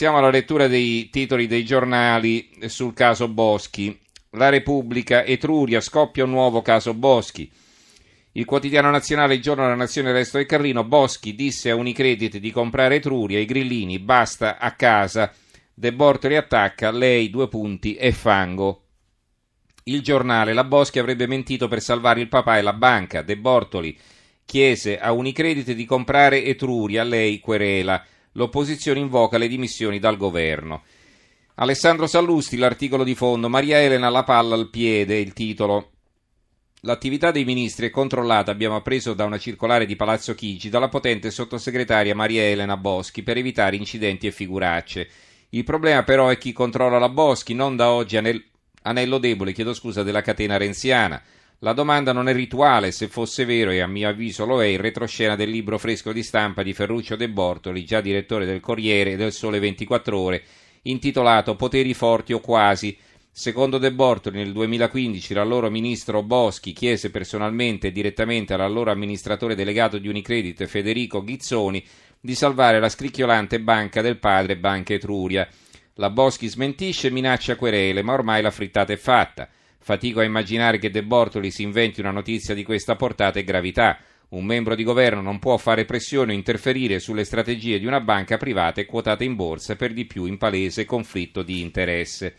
Passiamo alla lettura dei titoli dei giornali sul caso Boschi. La Repubblica, Etruria, scoppia un nuovo caso Boschi. Il Quotidiano Nazionale, il Giorno della Nazione, il Resto del Carlino. Boschi disse a Unicredit di comprare Etruria, i grillini, basta a casa. De Bortoli attacca, lei, due punti, e fango. Il Giornale, la Boschi avrebbe mentito per salvare il papà e la banca. De Bortoli chiese a Unicredit di comprare Etruria, lei querela. L'opposizione invoca le dimissioni dal governo. Alessandro Sallusti, l'articolo di fondo. Maria Elena la palla al piede, il titolo. L'attività dei ministri è controllata, abbiamo appreso da una circolare di Palazzo Chigi, dalla potente sottosegretaria Maria Elena Boschi per evitare incidenti e figuracce. Il problema però è chi controlla la Boschi, non da oggi anello debole, della catena renziana. La domanda non è rituale, se fosse vero, e a mio avviso lo è, il retroscena del libro fresco di stampa di Ferruccio De Bortoli, già direttore del Corriere e del Sole 24 Ore, intitolato Poteri forti o quasi. Secondo De Bortoli, nel 2015 l'allora ministro Boschi chiese personalmente e direttamente all'allora amministratore delegato di Unicredit, Federico Ghizzoni, di salvare la scricchiolante banca del padre, Banca Etruria. La Boschi smentisce e minaccia querele, ma ormai la frittata è fatta. Fatico a immaginare che De Bortoli si inventi una notizia di questa portata e gravità. Un membro di governo non può fare pressione o interferire sulle strategie di una banca privata e quotata in borsa, per di più in palese conflitto di interesse.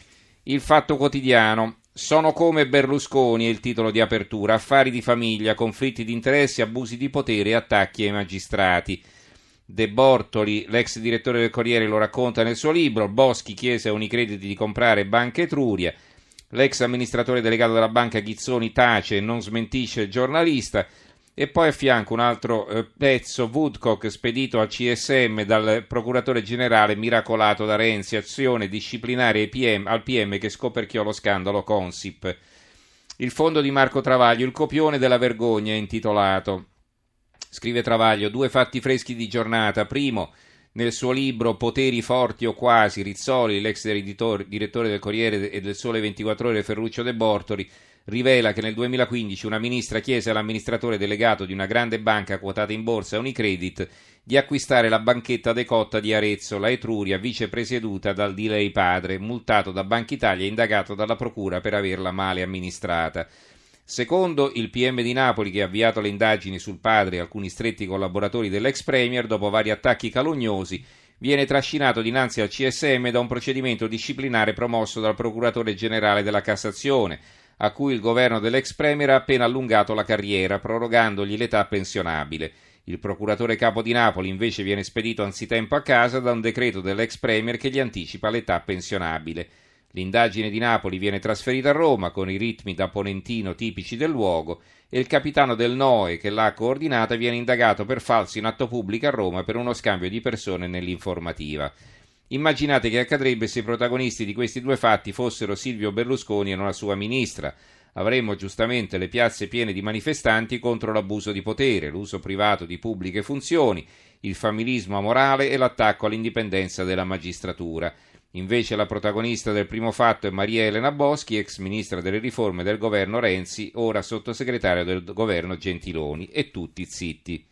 Il Fatto Quotidiano. Sono come Berlusconi è il titolo di apertura. Affari di famiglia, conflitti di interessi, abusi di potere e attacchi ai magistrati. De Bortoli, l'ex direttore del Corriere, lo racconta nel suo libro. Boschi chiese a Unicredit di comprare Banca Etruria. L'ex amministratore delegato della banca Ghizzoni tace e non smentisce il giornalista. E poi a fianco un altro pezzo, Woodcock spedito al CSM dal procuratore generale miracolato da Renzi, azione disciplinare al PM che scoperchiò lo scandalo Consip. Il fondo di Marco Travaglio, il copione della vergogna è intitolato. Scrive Travaglio, due fatti freschi di giornata. Primo, nel suo libro Poteri forti o quasi, Rizzoli, l'ex direttore del Corriere e del Sole 24 Ore, Ferruccio De Bortoli, rivela che nel 2015 una ministra chiese all'amministratore delegato di una grande banca quotata in borsa, Unicredit, di acquistare la banchetta decotta di Arezzo, la Etruria, vicepresieduta dal di lei padre, multato da Banca Italia e indagato dalla procura per averla male amministrata. Secondo il PM di Napoli, che ha avviato le indagini sul padre e alcuni stretti collaboratori dell'ex premier, dopo vari attacchi calunnosi, viene trascinato dinanzi al CSM da un procedimento disciplinare promosso dal procuratore generale della Cassazione, a cui il governo dell'ex premier ha appena allungato la carriera, prorogandogli l'età pensionabile. Il procuratore capo di Napoli invece viene spedito anzitempo a casa da un decreto dell'ex premier che gli anticipa l'età pensionabile. L'indagine di Napoli viene trasferita a Roma con i ritmi da ponentino tipici del luogo e il capitano del NOE che l'ha coordinata viene indagato per falso in atto pubblico a Roma per uno scambio di persone nell'informativa. Immaginate che accadrebbe se i protagonisti di questi due fatti fossero Silvio Berlusconi e non la sua ministra. Avremmo giustamente le piazze piene di manifestanti contro l'abuso di potere, l'uso privato di pubbliche funzioni, il familismo amorale e l'attacco all'indipendenza della magistratura. Invece la protagonista del primo fatto è Maria Elena Boschi, ex ministra delle riforme del governo Renzi, ora sottosegretaria del governo Gentiloni, e tutti zitti.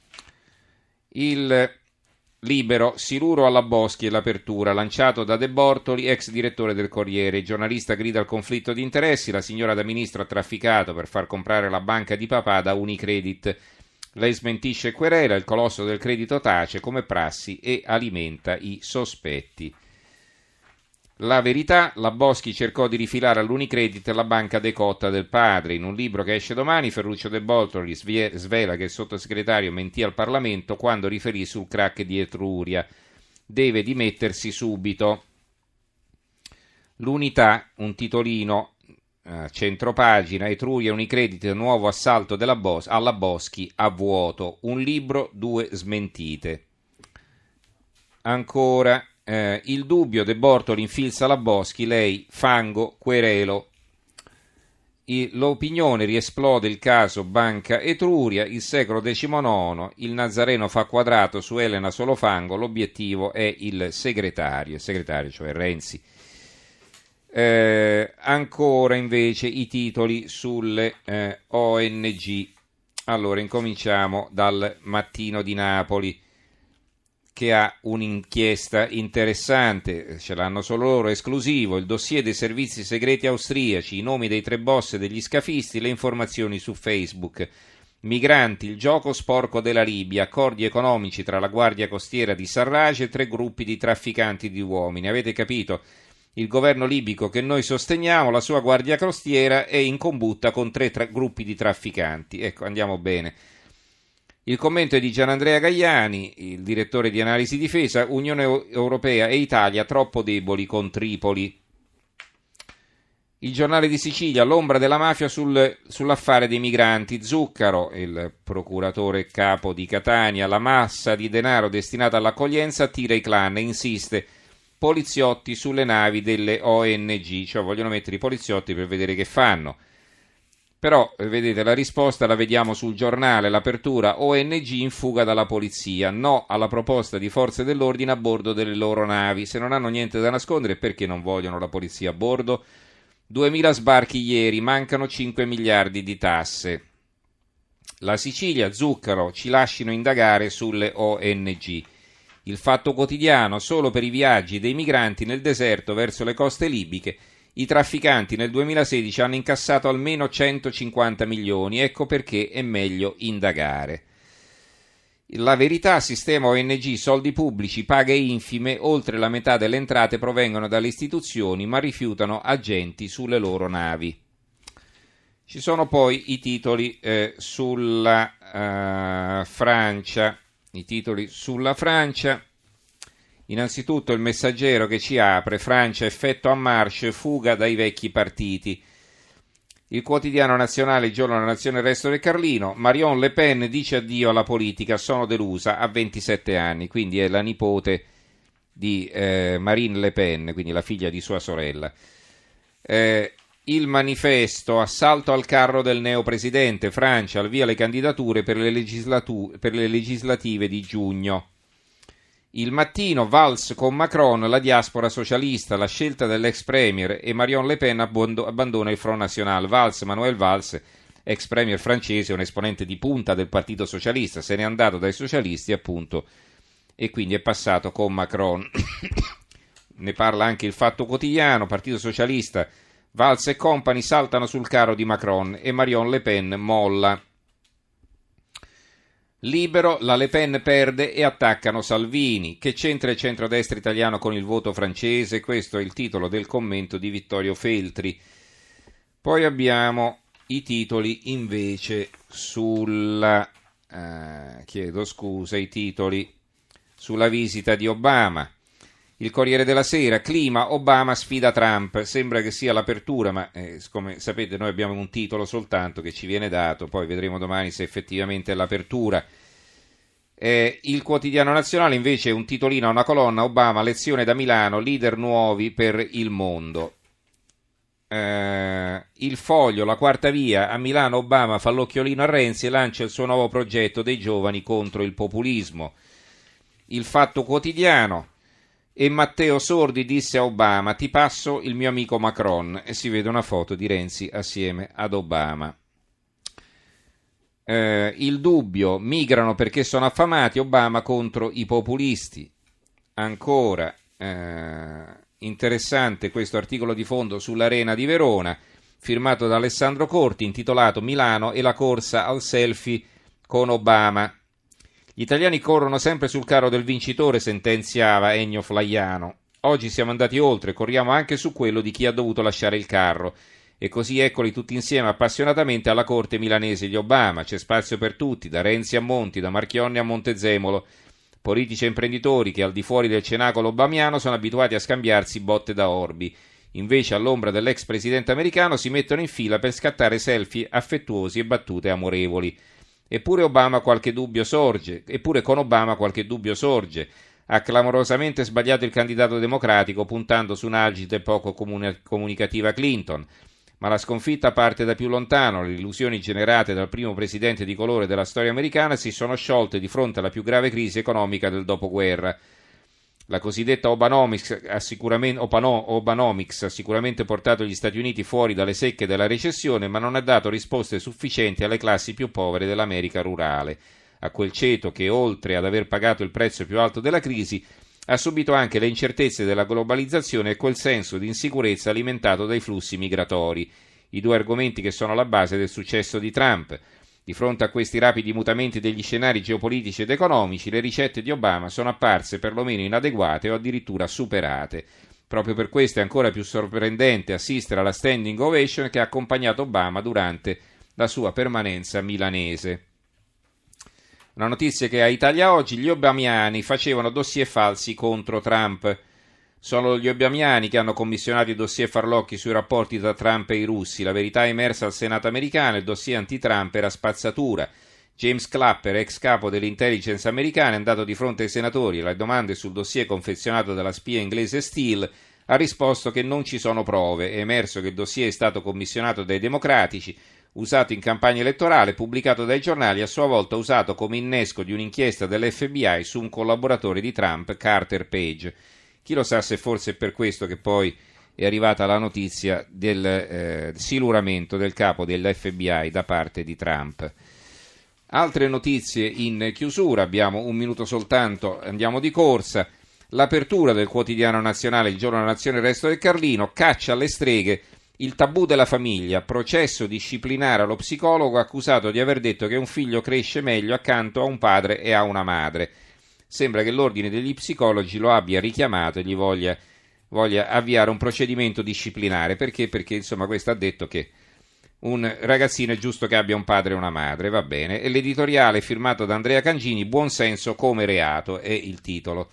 Il Libero, Siluro alla Boschi e l'apertura, lanciato da De Bortoli, ex direttore del Corriere. Il giornalista grida al conflitto di interessi, la signora da ministro ha trafficato per far comprare la banca di papà da Unicredit. Lei smentisce e querela, il colosso del credito tace come prassi e alimenta i sospetti. La Verità, la Boschi cercò di rifilare all'Unicredit la banca decotta del padre. In un libro che esce domani, Ferruccio De Bortoli svela che il sottosegretario mentì al Parlamento quando riferì sul crack di Etruria. Deve dimettersi subito. L'Unità, un titolino, centropagina, Etruria, Unicredit, nuovo assalto alla Boschi a vuoto. Un libro, due smentite. Ancora... il dubbio, De Bortoli infilza la Boschi, lei fango, querelo. L'opinione, riesplode il caso Banca Etruria, il secolo XIX, il Nazareno fa quadrato su Elena solo fango, l'obiettivo è il segretario cioè Renzi. Ancora invece i titoli sulle ONG. Allora incominciamo dal Mattino di Napoli. che ha un'inchiesta interessante, ce l'hanno solo loro, esclusivo, il dossier dei servizi segreti austriaci, i nomi dei 3 boss degli scafisti, le informazioni su Facebook. Migranti, il gioco sporco della Libia, accordi economici tra la Guardia Costiera di Sarraj e 3 gruppi di trafficanti di uomini. Avete capito? Il governo libico che noi sosteniamo, la sua Guardia Costiera è in combutta con 3 gruppi di trafficanti. Ecco, andiamo bene. Il commento è di Gianandrea Gaiani, il direttore di Analisi Difesa, Unione Europea e Italia troppo deboli con Tripoli. Il giornale di Sicilia, l'ombra della mafia sull'affare dei migranti. Zuccaro, il procuratore capo di Catania, la massa di denaro destinata all'accoglienza attira i clan e insiste. Poliziotti sulle navi delle ONG, cioè vogliono mettere i poliziotti per vedere che fanno. Però, vedete, la risposta la vediamo sul giornale, l'apertura ONG in fuga dalla polizia, no alla proposta di forze dell'ordine a bordo delle loro navi. Se non hanno niente da nascondere, perché non vogliono la polizia a bordo? 2000 sbarchi ieri, mancano 5 miliardi di tasse. La Sicilia, Zuccaro, ci lasciano indagare sulle ONG. Il Fatto Quotidiano, solo per i viaggi dei migranti nel deserto verso le coste libiche, i trafficanti nel 2016 hanno incassato almeno 150 milioni, ecco perché è meglio indagare. La Verità, sistema ONG, soldi pubblici, paghe infime, oltre la metà delle entrate provengono dalle istituzioni ma rifiutano agenti sulle loro navi. Ci sono poi i titoli sulla Francia. I titoli sulla Francia. Innanzitutto il Messaggero che ci apre, Francia effetto a marche, fuga dai vecchi partiti. Il Quotidiano Nazionale, il Giorno della Nazione, il Resto del Carlino, Marion Le Pen dice addio alla politica, sono delusa, a 27 anni, quindi è la nipote di Marine Le Pen, quindi la figlia di sua sorella. Il Manifesto, assalto al carro del neopresidente, Francia, al via le candidature per le legislative di giugno. Il Mattino, Valls con Macron, la diaspora socialista, la scelta dell'ex premier e Marion Le Pen abbandona il Front National. Manuel Valls, ex premier francese, un esponente di punta del Partito Socialista, se n'è andato dai socialisti appunto e quindi è passato con Macron. Ne parla anche il Fatto Quotidiano, Partito Socialista, Valls e compagni saltano sul carro di Macron e Marion Le Pen molla. Libero, la Le Pen perde e attaccano Salvini. Che c'entra il centrodestra italiano con il voto francese? Questo è il titolo del commento di Vittorio Feltri. Poi abbiamo i titoli invece sulla sulla visita di Obama. Il Corriere della Sera, clima, Obama sfida Trump, sembra che sia l'apertura, ma come sapete noi abbiamo un titolo soltanto che ci viene dato, poi vedremo domani se effettivamente è l'apertura. Il Quotidiano Nazionale invece è un titolino a una colonna, Obama, lezione da Milano, leader nuovi per il mondo. Il Foglio, la quarta via, a Milano Obama fa l'occhiolino a Renzi e lancia il suo nuovo progetto dei giovani contro il populismo. Il Fatto Quotidiano, e Matteo Sordi disse a Obama, ti passo il mio amico Macron, e si vede una foto di Renzi assieme ad Obama. Il Dubbio, migrano perché sono affamati, Obama contro i populisti. Ancora interessante questo articolo di fondo sull'Arena di Verona, firmato da Alessandro Corti, intitolato Milano e la corsa al selfie con Obama. Gli italiani corrono sempre sul carro del vincitore, sentenziava Ennio Flaiano. Oggi siamo andati oltre, corriamo anche su quello di chi ha dovuto lasciare il carro. E così eccoli tutti insieme appassionatamente alla corte milanese di Obama. C'è spazio per tutti, da Renzi a Monti, da Marchionne a Montezemolo. Politici e imprenditori che al di fuori del cenacolo obamiano sono abituati a scambiarsi botte da orbi. Invece all'ombra dell'ex presidente americano si mettono in fila per scattare selfie affettuosi e battute amorevoli. Eppure con Obama qualche dubbio sorge. Ha clamorosamente sbagliato il candidato democratico puntando su un'agita e poco comunicativa Clinton. Ma la sconfitta parte da più lontano. Le illusioni generate dal primo presidente di colore della storia americana si sono sciolte di fronte alla più grave crisi economica del dopoguerra. La cosiddetta Obanomics ha sicuramente portato gli Stati Uniti fuori dalle secche della recessione, ma non ha dato risposte sufficienti alle classi più povere dell'America rurale. a quel ceto che, oltre ad aver pagato il prezzo più alto della crisi, ha subito anche le incertezze della globalizzazione e quel senso di insicurezza alimentato dai flussi migratori, i due argomenti che sono alla base del successo di Trump. Di fronte a questi rapidi mutamenti degli scenari geopolitici ed economici, le ricette di Obama sono apparse perlomeno inadeguate o addirittura superate. Proprio per questo è ancora più sorprendente assistere alla standing ovation che ha accompagnato Obama durante la sua permanenza milanese. Una notizia che a Italia Oggi: gli obamiani facevano dossier falsi contro Trump. Sono gli obamiani che hanno commissionato i dossier farlocchi sui rapporti tra Trump e i russi. La verità è emersa al Senato americano, il dossier anti-Trump era spazzatura. James Clapper, ex capo dell'intelligence americana, è andato di fronte ai senatori e alle domande sul dossier confezionato dalla spia inglese Steele ha risposto che non ci sono prove. È emerso che il dossier è stato commissionato dai democratici, usato in campagna elettorale, pubblicato dai giornali, a sua volta usato come innesco di un'inchiesta dell'FBI su un collaboratore di Trump, Carter Page. Chi lo sa se forse è per questo che poi è arrivata la notizia del siluramento del capo dell'FBI da parte di Trump. Altre notizie in chiusura, abbiamo un minuto soltanto, andiamo di corsa. L'apertura del quotidiano nazionale Il Giorno della Nazione, il Resto del Carlino, caccia alle streghe, il tabù della famiglia, processo disciplinare allo psicologo accusato di aver detto che un figlio cresce meglio accanto a un padre e a una madre. Sembra che l'ordine degli psicologi lo abbia richiamato e gli voglia avviare un procedimento disciplinare. Perché? Perché insomma questo ha detto che un ragazzino è giusto che abbia un padre e una madre, va bene. E l'editoriale firmato da Andrea Cangini, Buonsenso come reato, è il titolo.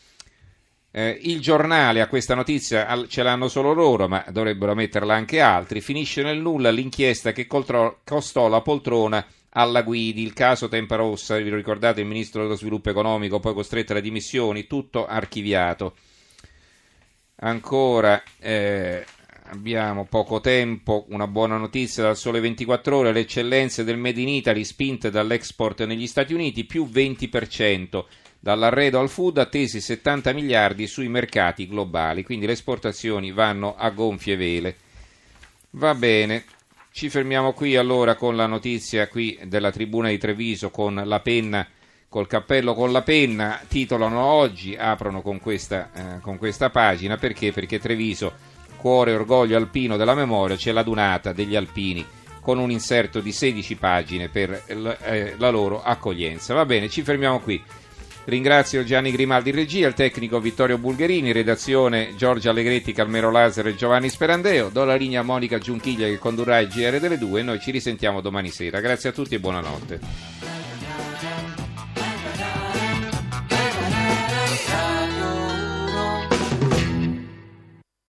Il giornale a questa notizia ce l'hanno solo loro, ma dovrebbero metterla anche altri. Finisce nel nulla l'inchiesta che costò la poltrona alla Guidi, il caso Tempa Rossa, vi ricordate, il ministro dello sviluppo economico poi costretto alle dimissioni, tutto archiviato. Ancora abbiamo poco tempo, una buona notizia dal Sole 24 Ore, le eccellenze del Made in Italy spinte dall'export negli Stati Uniti, più 20%, dall'arredo al food attesi 70 miliardi sui mercati globali, quindi le esportazioni vanno a gonfie vele. Va bene. Ci fermiamo qui allora con la notizia qui della Tribuna di Treviso con la penna, col cappello con la penna, titolano oggi, aprono con questa pagina, perché? Perché Treviso, cuore e orgoglio alpino della memoria, c'è la Dunata degli alpini con un inserto di 16 pagine per la loro accoglienza. Va bene, ci fermiamo qui. Ringrazio Gianni Grimaldi in regia, il tecnico Vittorio Bulgherini, redazione Giorgio Allegretti, Calmero Lazzaro e Giovanni Sperandeo. Do la linea a Monica Giunchiglia che condurrà il GR delle 2 e noi ci risentiamo domani sera. Grazie a tutti e buonanotte.